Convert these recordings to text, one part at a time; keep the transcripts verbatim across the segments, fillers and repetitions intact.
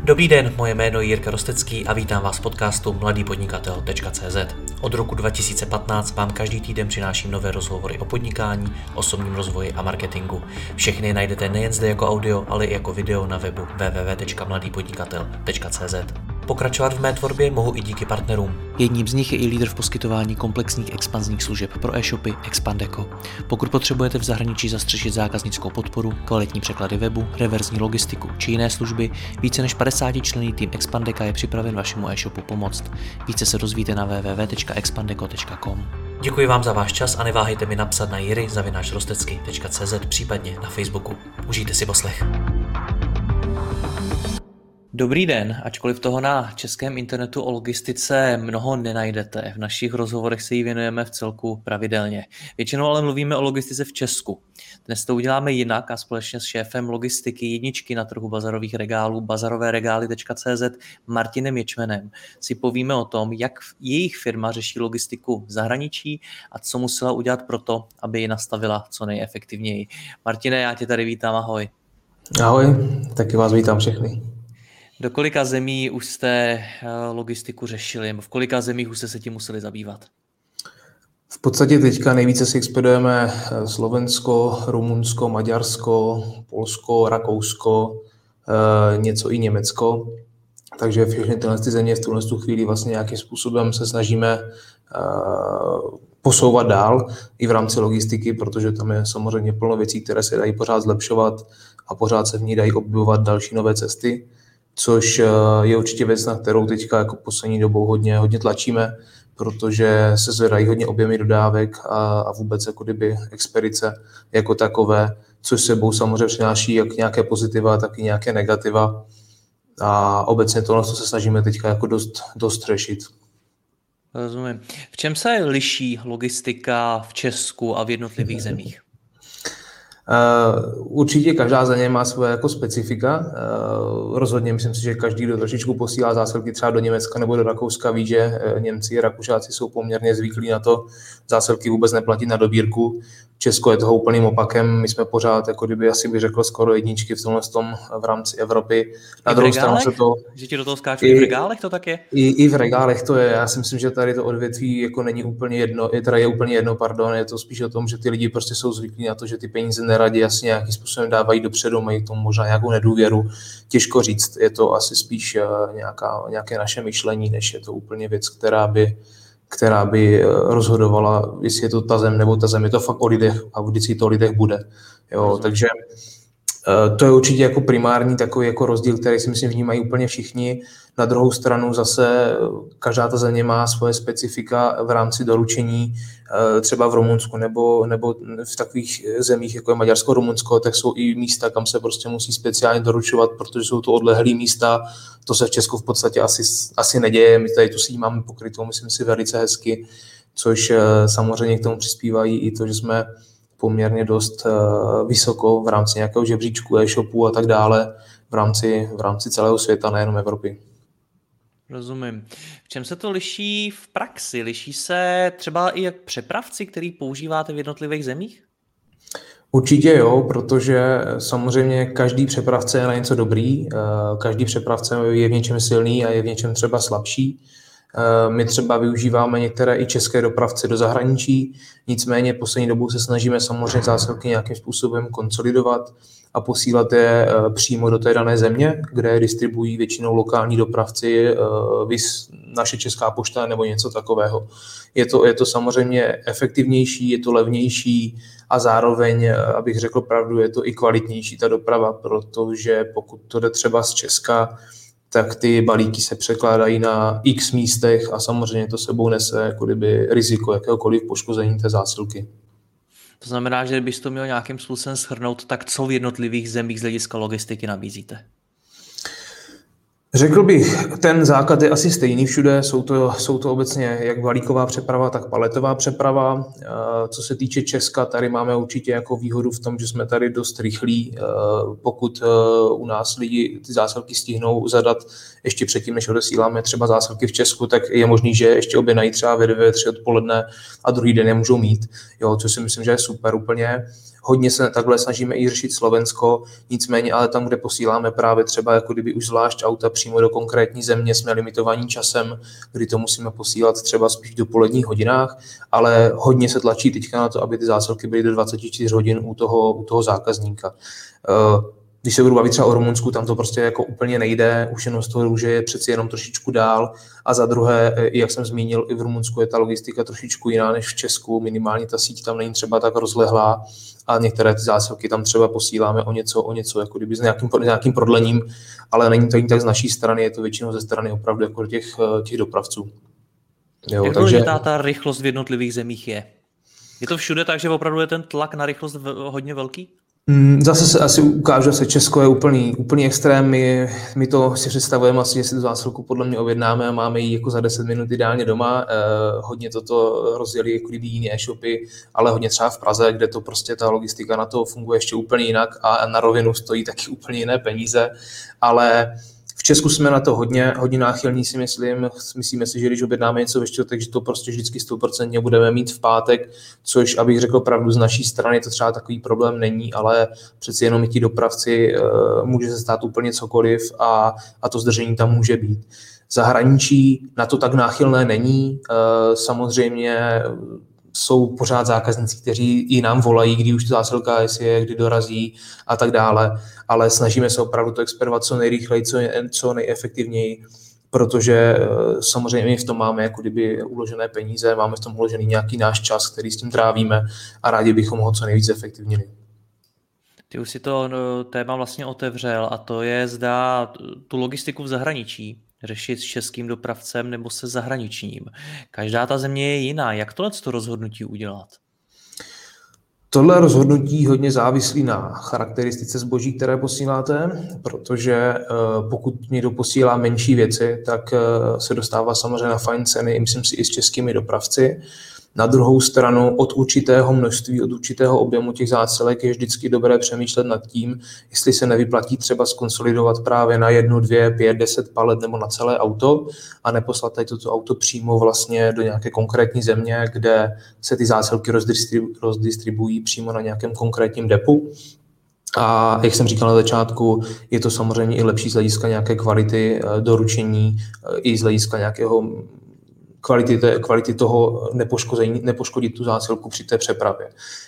Dobrý den, moje jméno je Jirka Rostecký a vítám vás v podcastu mladý podnikatel tečka cé zet. Od roku dva tisíce patnáct vám každý týden přináším nové rozhovory o podnikání, osobním rozvoji a marketingu. Všechny najdete nejen zde jako audio, ale i jako video na webu w w w tečka mladý podnikatel tečka cé zet. Pokračovat v mé tvorbě mohu i díky partnerům. Jedním z nich je i lídr v poskytování komplexních expanzních služeb pro e-shopy Expandeco. Pokud potřebujete v zahraničí zastřešit zákaznickou podporu, kvalitní překlady webu, reverzní logistiku či jiné služby, více než padesátičlenný tým Expandeca je připraven vašemu e-shopu pomoct. Více se dozvíte na w w w tečka expandeco tečka com. Děkuji vám za váš čas a neváhejte mi napsat na jiry zavináč rostecky tečka cé zet, případně na Facebooku. Užijte si poslech. Dobrý den, ačkoliv toho na českém internetu o logistice mnoho nenajdete, v našich rozhovorech se jí věnujeme v celku pravidelně. Většinou ale mluvíme o logistice v Česku. Dnes to uděláme jinak a společně s šéfem logistiky jedničky na trhu bazarových regálů bazarové regály tečka cé zet Martinem Ječmenem si povíme o tom, jak jejich firma řeší logistiku v zahraničí a co musela udělat pro to, aby ji nastavila co nejefektivněji. Martine, já tě tady vítám, ahoj. Ahoj, taky vás vítám všechny. Do kolika zemí už jste logistiku řešili, nebo v kolika zemích už jste se tím museli zabývat? V podstatě teďka nejvíce si expedujeme Slovensko, Rumunsko, Maďarsko, Polsko, Rakousko, něco i Německo. Takže všechny tyhle ty země v tuhle chvíli vlastně nějakým způsobem se snažíme posouvat dál i v rámci logistiky, protože tam je samozřejmě plno věcí, které se dají pořád zlepšovat a pořád se v ní dají objevovat další nové cesty. Což je určitě věc, na kterou teďka jako poslední dobou hodně, hodně tlačíme, protože se zvedají hodně objemy dodávek a, a vůbec jako kdyby expedice jako takové, což sebou samozřejmě přináší jak nějaké pozitiva, tak i nějaké negativa. A obecně tohle se snažíme teďka jako dost, dost řešit. Rozumím. V čem se liší logistika v Česku a v jednotlivých zemích? Uh, určitě každá země má svoje jako specifika. Uh, rozhodně myslím si, že každý, kdo trošičku posílá zásilky třeba do Německa nebo do Rakouska, ví, že Němci a Rakušáci jsou poměrně zvyklí na to zásilky vůbec neplatit na dobírku. Česko je toho úplným opakem. My jsme pořád, jako kdyby asi bych řekl, skoro jedničky v tomhle tom v rámci Evropy. Na druhou stranu se to... Že ti do toho skáču i, i v regálech to tak je? I, I v regálech to je. Já si myslím, že tady to odvětví jako není úplně jedno, je tady je úplně jedno, pardon, je to spíš o tom, že ty lidi prostě jsou zvyklí na to, že ty peníze neradí asi nějakým způsobem dávají dopředu, mají k tomu možná nějakou nedůvěru. Těžko říct, je to asi spíš nějaká, nějaké naše myšlení, než je to úplně věc, která by která by rozhodovala, jestli je to ta zem nebo ta zem. Je to fakt o lidech a vždycky to o lidech bude. Jo, takže to je určitě jako primární takový jako rozdíl, který si myslím vnímají úplně všichni. Na druhou stranu zase každá ta země má svoje specifika v rámci doručení, třeba v Rumunsku nebo, nebo v takových zemích, jako je Maďarsko, Rumunsko, tak jsou i místa, kam se prostě musí speciálně doručovat, protože jsou to odlehlé místa. To se v Česku v podstatě asi, asi neděje. My tady tu síť máme pokrytou, myslím si, velice hezky, což samozřejmě k tomu přispívají i to, že jsme poměrně dost vysoko v rámci nějakého žebříčku, e-shopu a tak dále v rámci, v rámci celého světa, nejenom Evropy. Rozumím. V čem se to liší v praxi? Liší se třeba i jak přepravci, který používáte v jednotlivých zemích? Určitě jo, protože samozřejmě každý přepravce je na něco dobrý, každý přepravce je v něčem silný a je v něčem třeba slabší. My třeba využíváme některé i české dopravce do zahraničí, nicméně poslední dobou se snažíme samozřejmě zásilky nějakým způsobem konsolidovat a posílat je přímo do té dané země, kde je distribuují většinou lokální dopravci, naše Česká pošta nebo něco takového. Je to, je to samozřejmě efektivnější, je to levnější a zároveň, abych řekl pravdu, je to i kvalitnější ta doprava, protože pokud to jde třeba z Česka, tak ty balíky se překládají na x místech a samozřejmě to sebou nese jako kdyby riziko jakéhokoliv poškození té zásilky. To znamená, že kdybys to měl nějakým způsobem shrnout, tak co v jednotlivých zemích z hlediska logistiky nabízíte? Řekl bych, ten základ je asi stejný všude, jsou to, jsou to obecně jak balíková přeprava, tak paletová přeprava. Co se týče Česka, tady máme určitě jako výhodu v tom, že jsme tady dost rychlí. Pokud u nás lidi ty zásilky stihnou zadat ještě předtím, než odesíláme třeba zásilky v Česku, tak je možný, že ještě objednají třeba ve dvě, tři odpoledne a druhý den je můžou mít, jo, což si myslím, že je super úplně. Hodně se takhle snažíme i řešit Slovensko, nicméně ale tam, kde posíláme právě třeba jako kdyby už zvlášť auta přímo do konkrétní země, jsme limitovaní časem, kdy to musíme posílat třeba spíš v dopoledních hodinách, ale hodně se tlačí teďka na to, aby ty zásilky byly do dvacet čtyři hodin u toho, u toho zákazníka. Když se budu bavit třeba o Rumunsku, tam to prostě jako úplně nejde, už jenom z toho, že je přeci jenom trošičku dál. A za druhé, jak jsem zmínil, i v Rumunsku je ta logistika trošičku jiná než v Česku, minimálně ta síť tam není třeba tak rozlehlá a některé ty zásilky tam třeba posíláme o něco, o něco jako kdyby s nějakým, nějakým prodlením, ale není to ani tak z naší strany, je to většinou ze strany opravdu jako těch, těch dopravců. Jo, jak takže... důležitá ta rychlost v jednotlivých zemích je? Je to všude tak, že opravdu je ten tlak na rychlost hodně velký? Zase se asi ukáže, že Česko je úplný, úplný extrém. My, my to si představujeme asi, že si tu zásilku podle mě objednáme a máme ji jako za deset minut ideálně doma. Eh, hodně toto rozdělí jako kdyby jiné e-shopy, ale hodně třeba v Praze, kde to prostě ta logistika na to funguje ještě úplně jinak a na rovinu stojí taky úplně jiné peníze, ale v Česku jsme na to hodně, hodně náchylní, si myslím. Myslíme si, že když objednáme něco ve čtvrtek, že to prostě vždycky sto procent budeme mít v pátek, což, abych řekl pravdu, z naší strany to třeba takový problém není, ale přeci jenom i ti dopravci uh, může se stát úplně cokoliv a, a to zdržení tam může být. Zahraničí na to tak náchylné není. Uh, samozřejmě jsou pořád zákazníci, kteří i nám volají, kdy už ta zásilka je, kdy dorazí a tak dále, ale snažíme se opravdu to expedovat co nejrychleji, co, co nejefektivněji, protože samozřejmě my v tom máme jako kdyby uložené peníze, máme v tom uložený nějaký náš čas, který s tím trávíme a rádi bychom ho co nejvíc efektivnili. Ty už si to téma vlastně otevřel a to je, zda tu logistiku v zahraničí řešit s českým dopravcem nebo se zahraničním. Každá ta země je jiná. Jak tohle to rozhodnutí udělat? Tohle rozhodnutí hodně závislí na charakteristice zboží, které posíláte, protože pokud někdo posílá menší věci, tak se dostává samozřejmě na fajn ceny, myslím si i s českými dopravci. Na druhou stranu od určitého množství, od určitého objemu těch zásilek je vždycky dobré přemýšlet nad tím, jestli se nevyplatí třeba skonsolidovat právě na jednu, dvě, pět, deset palet nebo na celé auto a neposlat tady toto auto přímo vlastně do nějaké konkrétní země, kde se ty zásilky rozdistribu- rozdistribuují přímo na nějakém konkrétním depu. A jak jsem říkal na začátku, je to samozřejmě i lepší z hlediska nějaké kvality doručení, i z hlediska nějakého Kvality, kvality toho nepoškození, nepoškodit tu zásilku při té přepravě.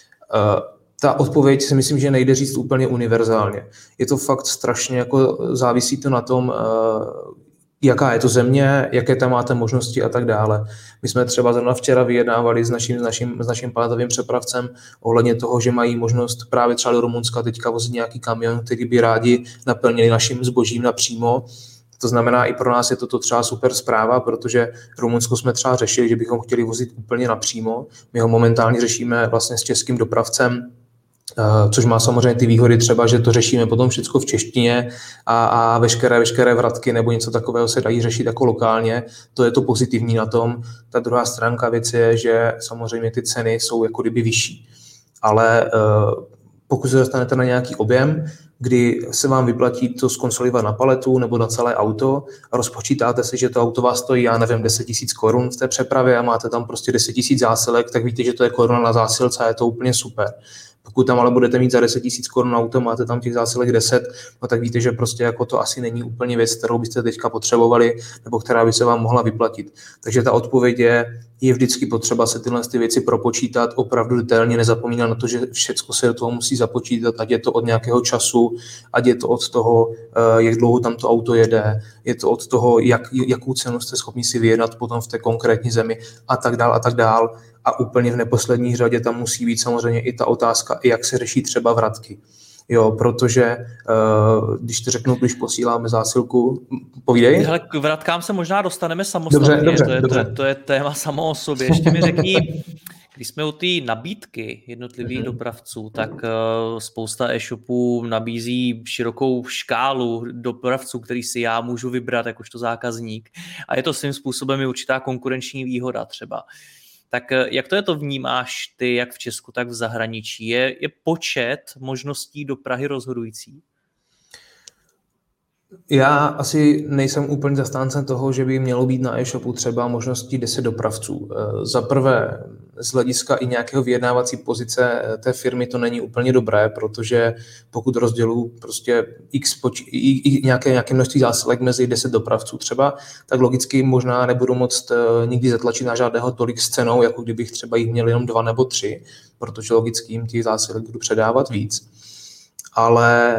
Ta odpověď si myslím, že nejde říct úplně univerzálně. Je to fakt strašně, jako závisí to na tom, jaká je to země, jaké tam máte možnosti a tak dále. My jsme třeba zrovna včera vyjednávali s naším, s naším, s naším paletovým přepravcem ohledně toho, že mají možnost právě třeba do Rumunska teďka vozit nějaký kamion, který by rádi naplnili naším zbožím napřímo. To znamená, i pro nás je toto třeba super zpráva, protože Rumunsko jsme třeba řešili, že bychom chtěli vozit úplně napřímo. My ho momentálně řešíme vlastně s českým dopravcem, což má samozřejmě ty výhody třeba, že to řešíme potom všechno v češtině a, a veškeré, veškeré vratky nebo něco takového se dají řešit jako lokálně. To je to pozitivní na tom. Ta druhá stránka věci je, že samozřejmě ty ceny jsou jako kdyby vyšší. Ale pokud se dostanete na nějaký objem, kdy se vám vyplatí to skonsolidovat na paletu nebo na celé auto a rozpočítáte si, že to auto vás stojí, já nevím, deset tisíc korun v té přepravě a máte tam prostě deset tisíc zásilek, tak víte, že to je koruna na zásilce a je to úplně super. Pokud tam ale budete mít za deset tisíc korun auto, máte tam těch zásilek deset, no tak víte, že prostě jako to asi není úplně věc, kterou byste teďka potřebovali nebo která by se vám mohla vyplatit. Takže ta odpověď je, je vždycky potřeba se tyhle ty věci propočítat, opravdu detailně nezapomínat na to, že všechno se do toho musí započítat, ať je to od nějakého času, ať je to od toho, jak dlouho tam to auto jede, je to od toho, jak, jakou cenu jste schopni si vyjednat potom v té konkrétní zemi a tak dál a tak dál. A úplně v neposlední řadě tam musí být samozřejmě i ta otázka, jak se řeší třeba vratky. Jo, protože uh, když to řeknu, když posíláme zásilku, povídej. Hele, k vratkám se možná dostaneme samostatně, dobře, dobře, to, je, dobře. To, to je téma samo o sobě. Ještě mi řekni, Když jsme u té nabídky jednotlivých mm-hmm. dopravců, tak uh, spousta e-shopů nabízí širokou škálu dopravců, který si já můžu vybrat jakožto zákazník. A je to svým způsobem i určitá konkurenční výhoda třeba. Tak uh, jak to je, to vnímáš ty, jak v Česku, tak v zahraničí? Je, je počet možností do Prahy rozhodující? Já asi nejsem úplně zastáncem toho, že by mělo být na e-shopu třeba možností deset dopravců. Za prvé, z hlediska i nějakého vyjednávací pozice té firmy to není úplně dobré, protože pokud rozdělu prostě x poč- i, i nějaké, nějaké množství zásilek mezi deset dopravců třeba, tak logicky možná nebudu moct nikdy zatlačit na žádného tolik s cenou, jako kdybych třeba jich měl jenom dva nebo tři, protože logicky jim těch zásilek budu předávat víc. Ale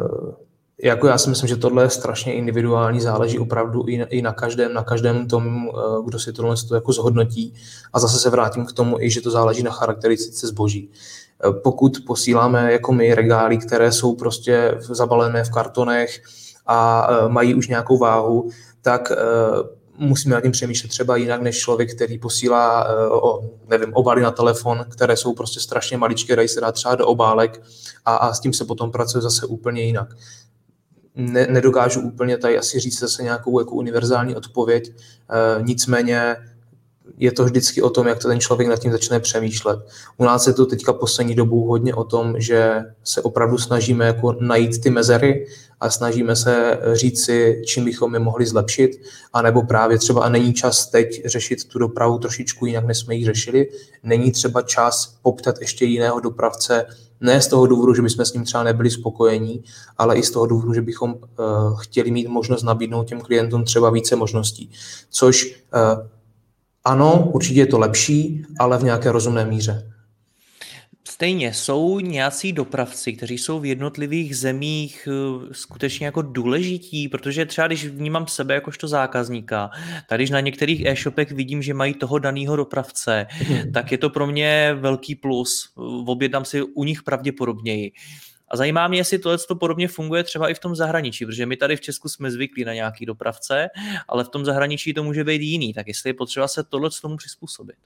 jako já si myslím, že tohle je strašně individuální, záleží opravdu i na, i na každém, na každém tom, kdo si tohle jako zhodnotí. A zase se vrátím k tomu, i že to záleží na charakteristice zboží. Pokud posíláme jako my regály, které jsou prostě zabalené v kartonech a mají už nějakou váhu, tak musíme nad tím přemýšlet třeba jinak než člověk, který posílá o, nevím, obaly na telefon, které jsou prostě strašně maličké, dají se dát třeba do obálek a, a s tím se potom pracuje zase úplně jinak. Ne, nedokážu úplně tady asi říct zase nějakou jako univerzální odpověď, e, nicméně je to vždycky o tom, jak to ten člověk nad tím začne přemýšlet. U nás je to teďka poslední dobu hodně o tom, že se opravdu snažíme jako najít ty mezery a snažíme se říct si, čím bychom je mohli zlepšit, anebo právě třeba a není čas teď řešit tu dopravu trošičku jinak, než jsme ji řešili. Není třeba čas poptat ještě jiného dopravce, ne z toho důvodu, že bychom s ním třeba nebyli spokojení, ale i z toho důvodu, že bychom uh, chtěli mít možnost nabídnout těm klientům třeba více možností. Což uh, ano, určitě je to lepší, ale v nějaké rozumné míře. Stejně jsou nějací dopravci, kteří jsou v jednotlivých zemích skutečně jako důležití, protože třeba když vnímám sebe jakožto zákazníka, tak když na některých e-shopech vidím, že mají toho daného dopravce, hmm. tak je to pro mě velký plus. Objednám si u nich pravděpodobněji. A zajímá mě, jestli tohle podobně funguje třeba i v tom zahraničí, protože my tady v Česku jsme zvyklí na nějaký dopravce, ale v tom zahraničí to může být jiný. Tak jestli je potřeba se tohle tomu přizpůsobit?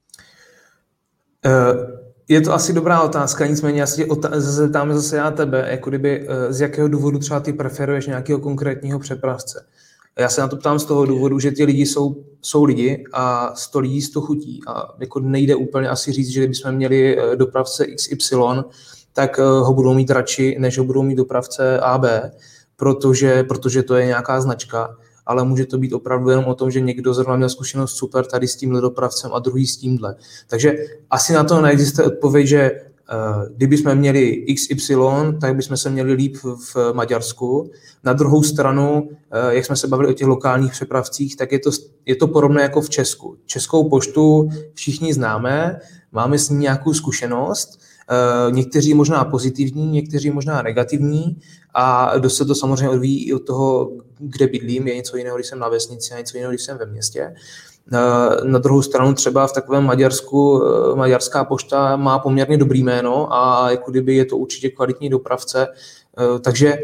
Uh... Je to asi dobrá otázka, nicméně já se tě zeptám zase já tebe, jako kdyby z jakého důvodu třeba ty preferuješ nějakého konkrétního přepravce. Já se na to ptám z toho důvodu, že ti lidi jsou, jsou lidi a sto lidí sto chutí a jako nejde úplně asi říct, že kdybychom měli dopravce X Y, tak ho budou mít radši, než ho budou mít dopravce A B, protože, protože to je nějaká značka. Ale může to být opravdu jenom o tom, že někdo zrovna měl zkušenost super tady s tímhle dopravcem a druhý s tímhle. Takže asi na to neexistuje odpověď, že uh, kdybychom měli X Y, tak bychom se měli líp v Maďarsku. Na druhou stranu, uh, jak jsme se bavili o těch lokálních přepravcích, tak je to, je to podobné jako v Česku. Českou poštu všichni známe, máme s ní nějakou zkušenost, Uh, někteří možná pozitivní, někteří možná negativní a dost se to samozřejmě odvíjí i od toho, kde bydlím. Je něco jiného, když jsem na vesnici a něco jiného, když jsem ve městě. Uh, na druhou stranu třeba v takovém Maďarsku uh, maďarská pošta má poměrně dobrý jméno a jako kdyby je to určitě kvalitní dopravce. Uh, takže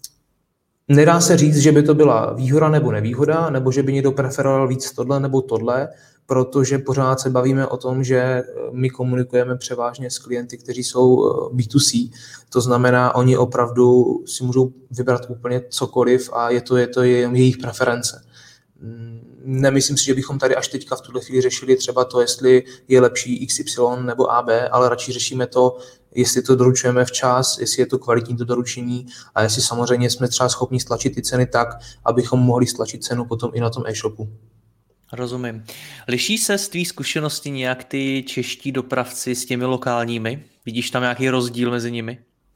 nedá se říct, že by to byla výhoda nebo nevýhoda, nebo že by někdo preferoval víc tohle nebo tohle, protože pořád se bavíme o tom, že my komunikujeme převážně s klienty, kteří jsou bé dvě cé. To znamená, oni opravdu si můžou vybrat úplně cokoliv a je to, je to jejich preference. Nemyslím si, že bychom tady až teďka v tuhle chvíli řešili třeba to, jestli je lepší X Y nebo A B, ale radši řešíme to, jestli to doručujeme včas, jestli je to kvalitní to doručení a jestli samozřejmě jsme třeba schopni stlačit ty ceny tak, abychom mohli stlačit cenu potom i na tom e-shopu. Rozumím. Liší se z tvý zkušenosti nějak ty čeští dopravci s těmi lokálními? Vidíš tam nějaký rozdíl mezi nimi?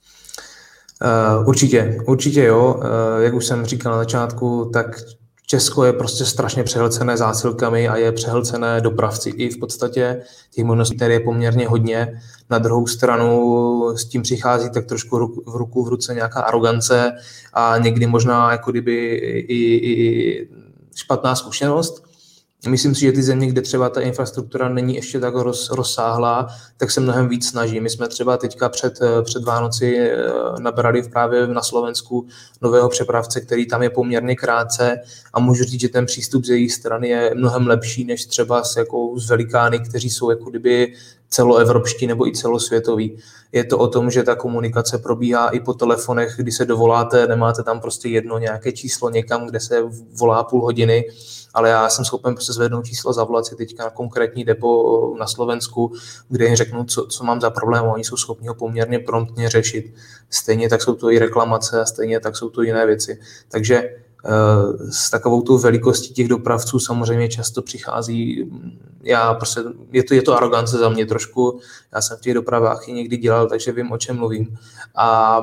Uh, určitě, určitě jo. Uh, jak už jsem říkal na začátku, tak Česko je prostě strašně přehlcené zásilkami a je přehlcené dopravci. I v podstatě těch možností tady je poměrně hodně. Na druhou stranu s tím přichází tak trošku v ruku v ruce nějaká arogance a někdy možná jako kdyby i, i špatná zkušenost. Myslím si, že ty země, kde třeba ta infrastruktura není ještě tak roz, rozsáhlá, tak se mnohem víc snaží. My jsme třeba teďka před, před Vánoci nabrali právě na Slovensku nového přepravce, který tam je poměrně krátce a můžu říct, že ten přístup z jejich strany je mnohem lepší, než třeba s, jako, s velikány, kteří jsou jako kdyby celoevropští nebo i celosvětoví. Je to o tom, že ta komunikace probíhá i po telefonech, kdy se dovoláte, nemáte tam prostě jedno nějaké číslo někam, kde se volá půl hodiny, ale já jsem schopen prostě zvednout číslo, zavolat si teďka na konkrétní depo na Slovensku, kde jim řeknu, co, co mám za problém, oni jsou schopni ho poměrně promptně řešit. Stejně tak jsou to i reklamace a stejně tak jsou to jiné věci. Takže s takovou tou velikostí těch dopravců samozřejmě často přichází, já prostě, je to, je to arogance za mě trošku, já jsem v těch dopravách i někdy dělal, takže vím, o čem mluvím. A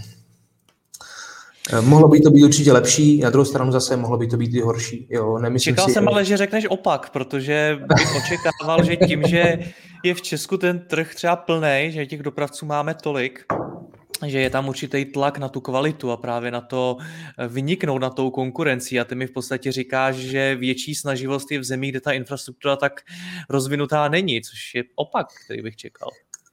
mohlo by to být určitě lepší, na druhou stranu zase mohlo by to být i horší. Jo, Čekal si, jsem ale, že řekneš opak, protože bych očekával, že tím, že je v Česku ten trh třeba plnej, že těch dopravců máme tolik, že je tam určitý tlak na tu kvalitu a právě na to vyniknout na tou konkurencí a ty mi v podstatě říkáš, že větší snaživost je v zemích, kde ta infrastruktura tak rozvinutá není, což je opak, který bych čekal.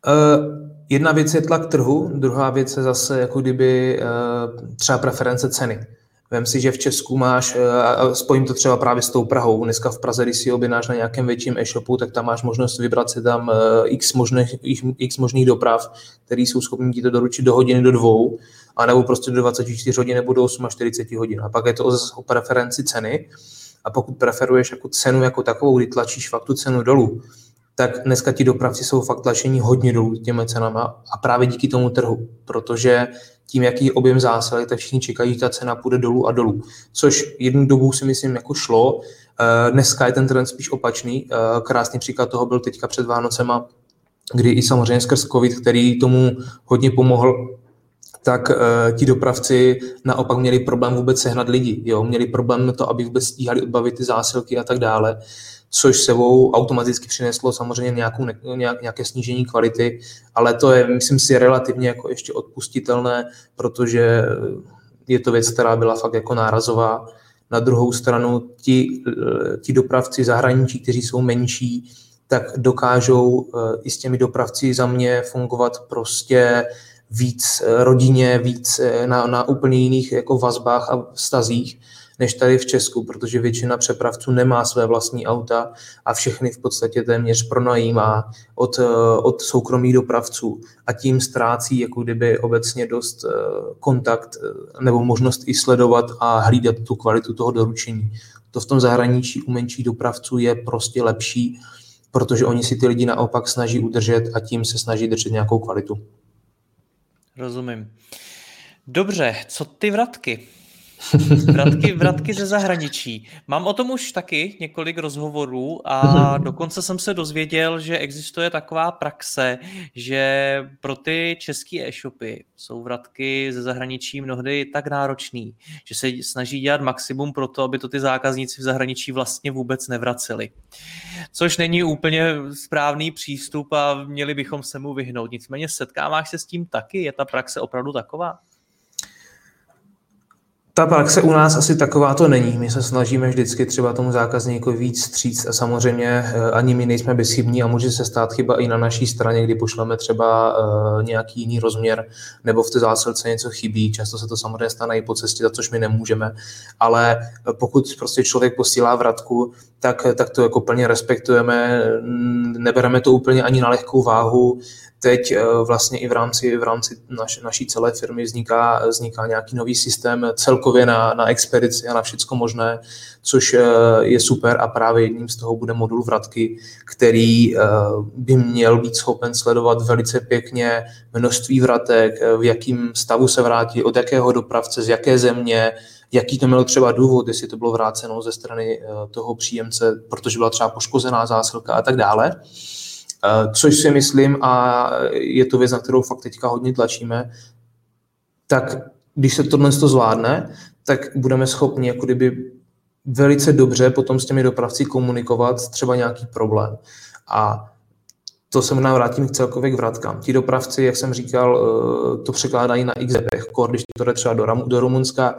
Uh, jedna věc je tlak trhu, druhá věc je zase jako kdyby uh, třeba preference ceny. Vem si, že v Česku máš, a spojím to třeba právě s tou Prahou, dneska v Praze, když si objednáš na nějakém větším e-shopu, tak tam máš možnost vybrat si tam x možných, x možných doprav, které jsou schopni ti to doručit do hodiny, do dvou, anebo prostě do dvacet čtyři hodin nebo do čtyřicet osm hodin. A pak je to o preferenci ceny. A pokud preferuješ jako cenu jako takovou, kdy tlačíš fakt tu cenu dolů, tak dneska ti dopravci jsou fakt tlačení hodně dolů těmi cenama a právě díky tomu trhu, protože tím, jaký objem zásilek, tak všichni čekají, že ta cena půjde dolů a dolů. Což jednu dobu si myslím jako šlo. Dneska je ten trend spíš opačný. Krásný příklad toho byl teďka před Vánocema, kdy i samozřejmě skrz covid, který tomu hodně pomohl, tak uh, ti dopravci naopak měli problém vůbec sehnat lidi. Jo? Měli problém na to, aby vůbec stíhali odbavit ty zásilky a tak dále, což sebou automaticky přineslo samozřejmě nějakou, nějak, nějaké snížení kvality, ale to je, myslím si, relativně jako ještě odpustitelné, protože je to věc, která byla fakt jako nárazová. Na druhou stranu ti, ti dopravci zahraničí, kteří jsou menší, tak dokážou i s těmi dopravci za mě fungovat prostě víc rodině, víc na, na úplně jiných jako vazbách a vztazích, než tady v Česku, protože většina přepravců nemá své vlastní auta a všechny v podstatě téměř pronajímá od, od soukromých dopravců a tím ztrácí jako kdyby obecně dost kontakt nebo možnost i sledovat a hlídat tu kvalitu toho doručení. To v tom zahraničí u menších dopravců je prostě lepší, protože oni si ty lidi naopak snaží udržet a tím se snaží držet nějakou kvalitu. Rozumím. Dobře, co ty vratky? Vratky, vratky ze zahraničí. Mám o tom už taky několik rozhovorů a dokonce jsem se dozvěděl, že existuje taková praxe, že pro ty české e-shopy jsou vratky ze zahraničí mnohdy tak náročný, že se snaží dělat maximum pro to, aby to ty zákazníci v zahraničí vlastně vůbec nevraceli. Což není úplně správný přístup a měli bychom se mu vyhnout. Nicméně setkáváš se s tím taky? Je ta praxe opravdu taková? Ta praxe u nás asi taková to není. My se snažíme vždycky třeba tomu zákazníkovi víc vstříct a samozřejmě ani my nejsme bezchybní a může se stát chyba i na naší straně, kdy pošleme třeba uh, nějaký jiný rozměr nebo v té zásilce něco chybí. Často se to samozřejmě stane i po cestě, za což my nemůžeme. Ale pokud prostě člověk posílá vratku, tak, tak to jako plně respektujeme, nebereme to úplně ani na lehkou váhu. Teď vlastně i v rámci, v rámci naš, naší celé firmy vzniká, vzniká nějaký nový systém celkově na, na expedici a na všecko možné, což je super a právě jedním z toho bude modul vratky, který by měl být schopen sledovat velice pěkně množství vratek, v jakém stavu se vrátí, od jakého dopravce, z jaké země, jaký to mělo třeba důvod, jestli to bylo vráceno ze strany toho příjemce, protože byla třeba poškozená zásilka a tak dále. Což si myslím, a je to věc, na kterou fakt teďka hodně tlačíme, tak když se tohle zvládne, tak budeme schopni jako kdyby velice dobře potom s těmi dopravci komunikovat třeba nějaký problém. A to se možná vrátím k celkově k vratkám. Ti dopravci, jak jsem říkal, to překládají na X depech. Když to jde třeba do, do Rumunska,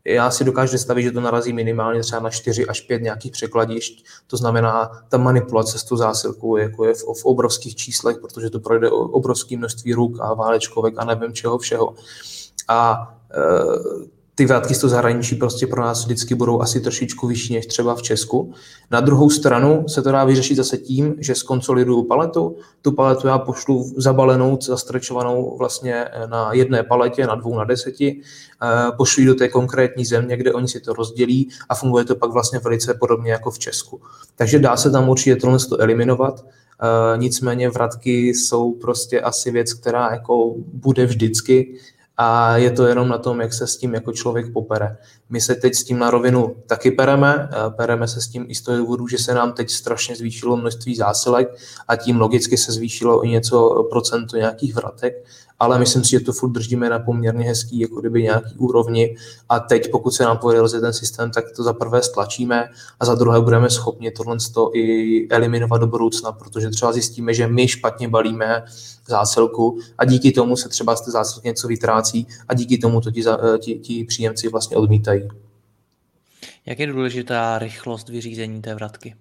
já si dokážu představit, že to narazí minimálně třeba na čtyři až pět nějakých překladišť. To znamená, ta manipulace s tou zásilkou jako je v, v obrovských číslech, protože to projde o obrovské množství ruk a válečkovek a nevím čeho všeho. A e, ty vratky z toho zahraničí prostě pro nás vždycky budou asi trošičku vyšší než třeba v Česku. Na druhou stranu se to dá vyřešit zase tím, že zkonsoliduju paletu. Tu paletu já pošlu zabalenou, zastrečovanou vlastně na jedné paletě, na dvou, na deseti. Pošlu ji do té konkrétní země, kde oni si to rozdělí a funguje to pak vlastně velice podobně jako v Česku. Takže dá se tam určitě tohle to eliminovat. Nicméně vratky jsou prostě asi věc, která jako bude vždycky. A je to jenom na tom, jak se s tím jako člověk popere. My se teď s tím na rovinu taky pereme. Pereme se s tím i z toho důvodu, že se nám teď strašně zvýšilo množství zásilek a tím logicky se zvýšilo i něco procento nějakých vratek. Ale myslím si, že to furt držíme na poměrně hezký, jako kdyby nějaký úrovni. A teď, pokud se nám povede rozjet ten systém, tak to za prvé stlačíme a za druhé budeme schopni tohle i eliminovat do budoucna, protože třeba zjistíme, že my špatně balíme zásilku a díky tomu se třeba z té zásilky něco vytrácí a díky tomu to ti, ti, ti příjemci vlastně odmítají. Jak je důležitá rychlost vyřízení té vratky?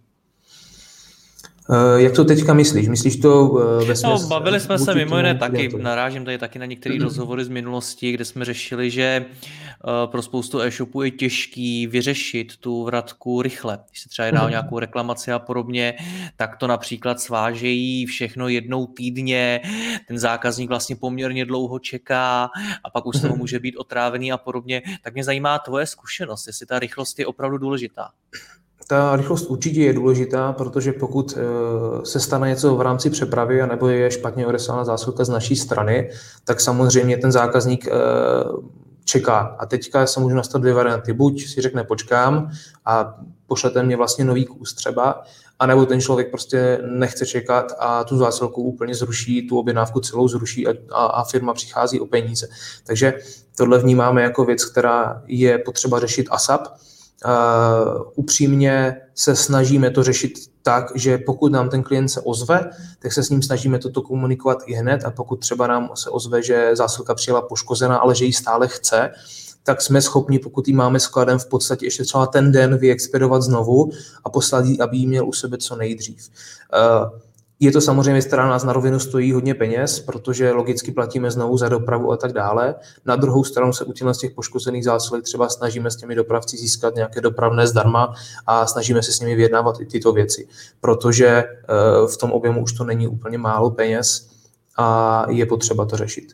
Jak to teďka myslíš? Myslíš to ve smyslu? No, bavili jsme se mimo jiné taky, narážím tady taky na některé rozhovory z minulosti, kde jsme řešili, že pro spoustu e-shopů je těžký vyřešit tu vratku rychle. Když se třeba jedná o nějakou reklamaci a podobně, tak to například svážejí všechno jednou týdně, ten zákazník vlastně poměrně dlouho čeká a pak už z toho může být otrávený a podobně. Tak mě zajímá tvoje zkušenost, jestli ta rychlost je opravdu důležitá. Ta rychlost určitě je důležitá, protože pokud se stane něco v rámci přepravy anebo je špatně odeslána zásilka z naší strany, tak samozřejmě ten zákazník čeká. A teďka se můžou nastat dvě varianty. Buď si řekne počkám a pošlete mě vlastně nový kus třeba, anebo ten člověk prostě nechce čekat a tu zásilku úplně zruší, tu objednávku celou zruší a, a, a firma přichází o peníze. Takže tohle vnímáme jako věc, která je potřeba řešit ASAP. Uh, upřímně se snažíme to řešit tak, že pokud nám ten klient se ozve, tak se s ním snažíme toto komunikovat i hned a pokud třeba nám se ozve, že zásilka přijela poškozená, ale že ji stále chce, tak jsme schopni, pokud ji máme skladem, v podstatě ještě třeba ten den vyexpedovat znovu a poslat ji, aby ji měl u sebe co nejdřív. Uh, Je to samozřejmě věc, která nás na rovinu stojí hodně peněz, protože logicky platíme znovu za dopravu a tak dále. Na druhou stranu se u těchto z těch poškozených zásilek třeba snažíme s těmi dopravci získat nějaké dopravné zdarma a snažíme se s nimi vyjednávat i tyto věci, protože v tom objemu už to není úplně málo peněz a je potřeba to řešit.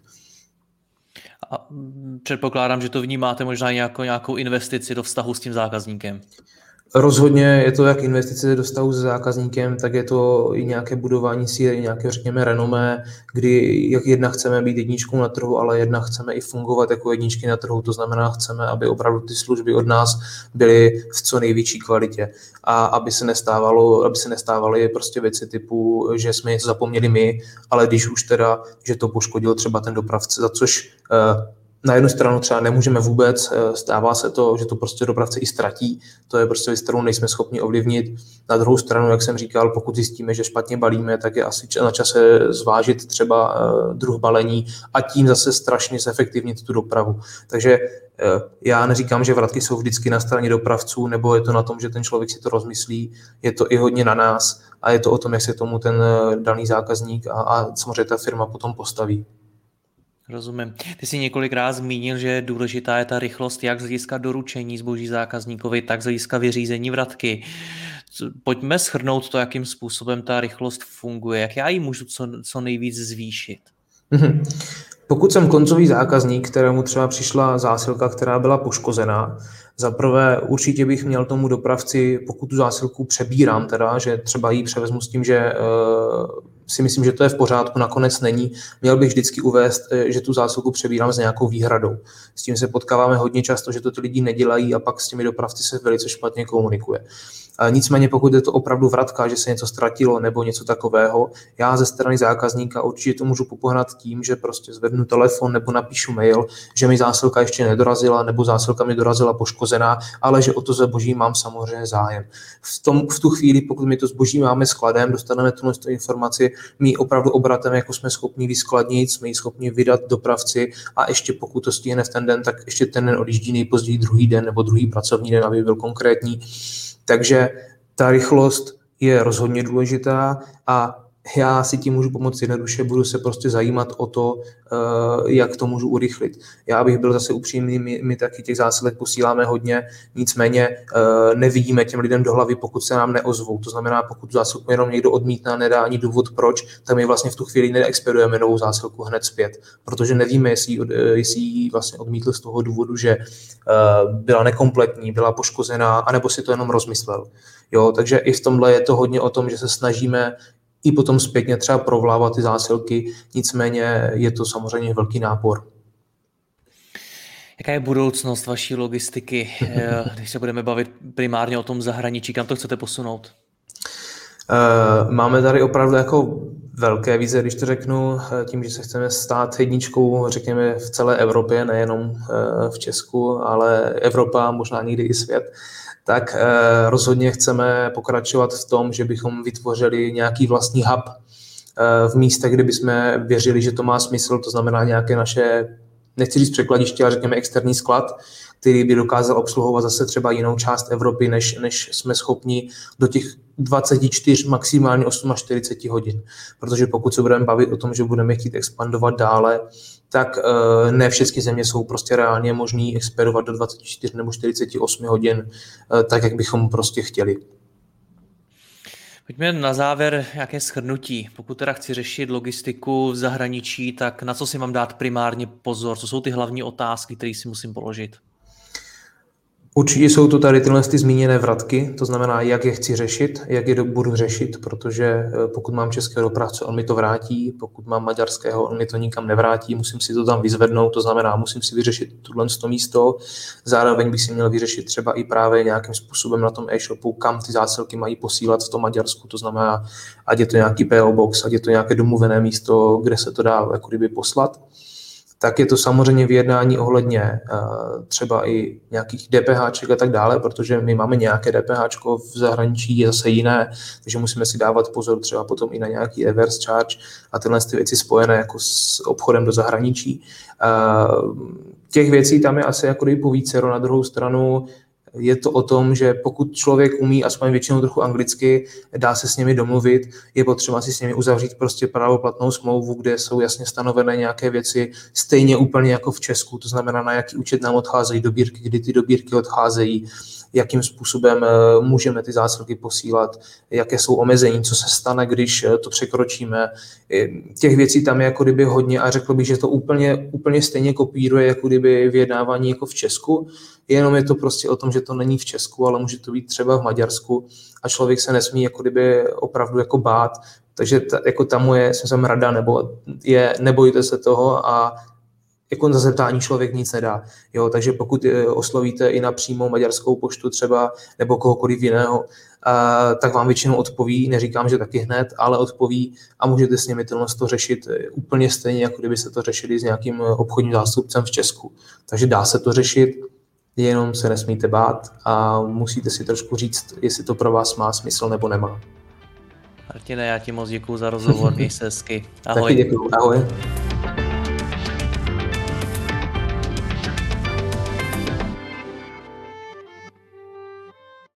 A předpokládám, že to vnímáte možná nějakou, nějakou investici do vztahu s tím zákazníkem. Rozhodně je to jak investice do vztahu s zákazníkem, tak je to i nějaké budování síly, nějaké, řekněme, renomé, kdy jak jedna chceme být jedničkou na trhu, ale jedna chceme i fungovat jako jedničky na trhu, to znamená, chceme, aby opravdu ty služby od nás byly v co největší kvalitě a aby se nestávalo, aby se nestávaly prostě věci typu, že jsme něco zapomněli my, ale když už teda, že to poškodil třeba ten dopravce, za což na jednu stranu třeba nemůžeme vůbec, stává se to, že to prostě dopravce i ztratí, to je prostě věc, kterou nejsme schopni ovlivnit. Na druhou stranu, jak jsem říkal, pokud zjistíme, že špatně balíme, tak je asi na čase zvážit třeba druh balení a tím zase strašně zefektivnit tu dopravu. Takže já neříkám, že vratky jsou vždycky na straně dopravců, nebo je to na tom, že ten člověk si to rozmyslí, je to i hodně na nás a je to o tom, jak se tomu ten daný zákazník a, a samozřejmě ta firma potom postaví. Rozumím. Ty jsi několikrát zmínil, že důležitá je ta rychlost jak z hlediska doručení zboží zákazníkovi, tak z hlediska vyřízení vratky. Pojďme shrnout to, jakým způsobem ta rychlost funguje. Jak já ji můžu co, co nejvíc zvýšit? Mm-hmm. Pokud jsem koncový zákazník, kterému třeba přišla zásilka, která byla poškozená, zaprvé určitě bych měl tomu dopravci, pokud tu zásilku přebírám, teda, že třeba ji převezmu s tím, že uh, si myslím, že to je v pořádku, nakonec není, měl bych vždycky uvést, že tu zásilku přebírám s nějakou výhradou. S tím se potkáváme hodně často, že to ty lidi nedělají a pak s těmi dopravci se velice špatně komunikuje. Nicméně pokud je to opravdu vratka, že se něco ztratilo nebo něco takového, já ze strany zákazníka určitě to můžu popohnat tím, že prostě zvednu telefon nebo napíšu mail, že mi zásilka ještě nedorazila nebo zásilka mi dorazila poškozená, ale že o to zboží mám samozřejmě zájem. V, tom, v tu chvíli, pokud my to zboží máme skladem, dostaneme tu informaci, my opravdu obratem jako jsme schopni vyskladnit, jsme ji schopni vydat dopravci a ještě pokud to stihne v ten den, tak ještě ten den odjíždí nejpozději druhý den nebo druhý pracovní den, aby byl konkrétní. Takže ta rychlost je rozhodně důležitá a já si tím můžu pomoct jednoduše, budu se prostě zajímat o to, jak to můžu urychlit. Já bych byl zase upřímný, my, my taky těch zásilek posíláme hodně, nicméně nevidíme těm lidem do hlavy, pokud se nám neozvou. To znamená, pokud zásilku jenom někdo odmítná, nedá ani důvod proč, tak my vlastně v tu chvíli neexpedujeme novou zásilku hned zpět, protože nevíme, jestli, jestli ji vlastně odmítl z toho důvodu, že byla nekompletní, byla poškozená, anebo si to jenom rozmyslel. Jo, takže i v tomhle je to hodně o tom, že se snažíme i potom zpětně třeba provlávat ty zásilky, nicméně je to samozřejmě velký nápor. Jaká je budoucnost vaší logistiky, když se budeme bavit primárně o tom zahraničí, kam to chcete posunout? Máme tady opravdu jako velké vize, když to řeknu, tím, že se chceme stát jedničkou, řekněme, v celé Evropě, nejenom v Česku, ale Evropa, možná někdy i svět. Tak eh, rozhodně chceme pokračovat v tom, že bychom vytvořili nějaký vlastní hub eh, v místech, kde bychom věřili, že to má smysl, to znamená nějaké naše, nechci říct překladiště, ale řekněme externí sklad, který by dokázal obsluhovat zase třeba jinou část Evropy, než, než jsme schopni do těch dvacet čtyři, maximálně čtyřicet osm hodin. Protože pokud se budeme bavit o tom, že budeme chtít expandovat dále, tak ne všechny země jsou prostě reálně možný expandovat do dvacet čtyři nebo čtyřicet osm hodin, tak, jak bychom prostě chtěli. Pojďme na závěr nějaké shrnutí. Pokud teda chci řešit logistiku v zahraničí, tak na co si mám dát primárně pozor? Co jsou ty hlavní otázky, které si musím položit? Určitě jsou to tady tyhle ty zmíněné vratky, to znamená, jak je chci řešit, jak je budu řešit, protože pokud mám českého dopravce, on mi to vrátí, pokud mám maďarského, on mi to nikam nevrátí, musím si to tam vyzvednout, to znamená, musím si vyřešit tohle místo, zároveň bych si měl vyřešit třeba i právě nějakým způsobem na tom e-shopu, kam ty zásilky mají posílat v tom Maďarsku, to znamená, ať je to nějaký P O box, ať je to nějaké domluvené místo, kde se to dá jako kdyby poslat. Tak je to samozřejmě vyjednání ohledně uh, třeba i nějakých DPHček a tak dále, protože my máme nějaké DPHčko v zahraničí, je zase jiné, takže musíme si dávat pozor třeba potom i na nějaký reverse charge a tyhle ty věci spojené jako s obchodem do zahraničí. Uh, těch věcí tam je asi jako kdyby povícero, na druhou stranu je to o tom, že pokud člověk umí aspoň většinou trochu anglicky, dá se s nimi domluvit, je potřeba si s nimi uzavřít prostě právoplatnou smlouvu, kde jsou jasně stanovené nějaké věci, stejně úplně jako v Česku, to znamená, na jaký účet nám odcházejí dobírky, kdy ty dobírky odcházejí, jakým způsobem můžeme ty zásilky posílat, jaké jsou omezení, co se stane, když to překročíme. Těch věcí tam je jako kdyby hodně a řekl bych, že to úplně, úplně stejně kopíruje jako kdyby vyjednávání jako v Česku, jenom je to prostě o tom, že to není v Česku, ale může to být třeba v Maďarsku a člověk se nesmí jako kdyby opravdu jako bát. Takže ta, jako tam moje jsem rada, nebo je nebojte se toho a jako na zeptání člověk nic nedá. Jo, takže pokud oslovíte i na přímou maďarskou poštu třeba nebo kohokoliv jiného, a, tak vám většinou odpoví, neříkám, že taky hned, ale odpoví a můžete s nimi tohle to řešit úplně stejně, jako kdyby se to řešili s nějakým obchodním zástupcem v Česku. Takže dá se to řešit, jenom se nesmíte bát a musíte si trošku říct, jestli to pro vás má smysl nebo nemá. Martine, já ti moc děkuju za rozhovor, měj se hezky. Ahoj. Taky děkuju, ahoj.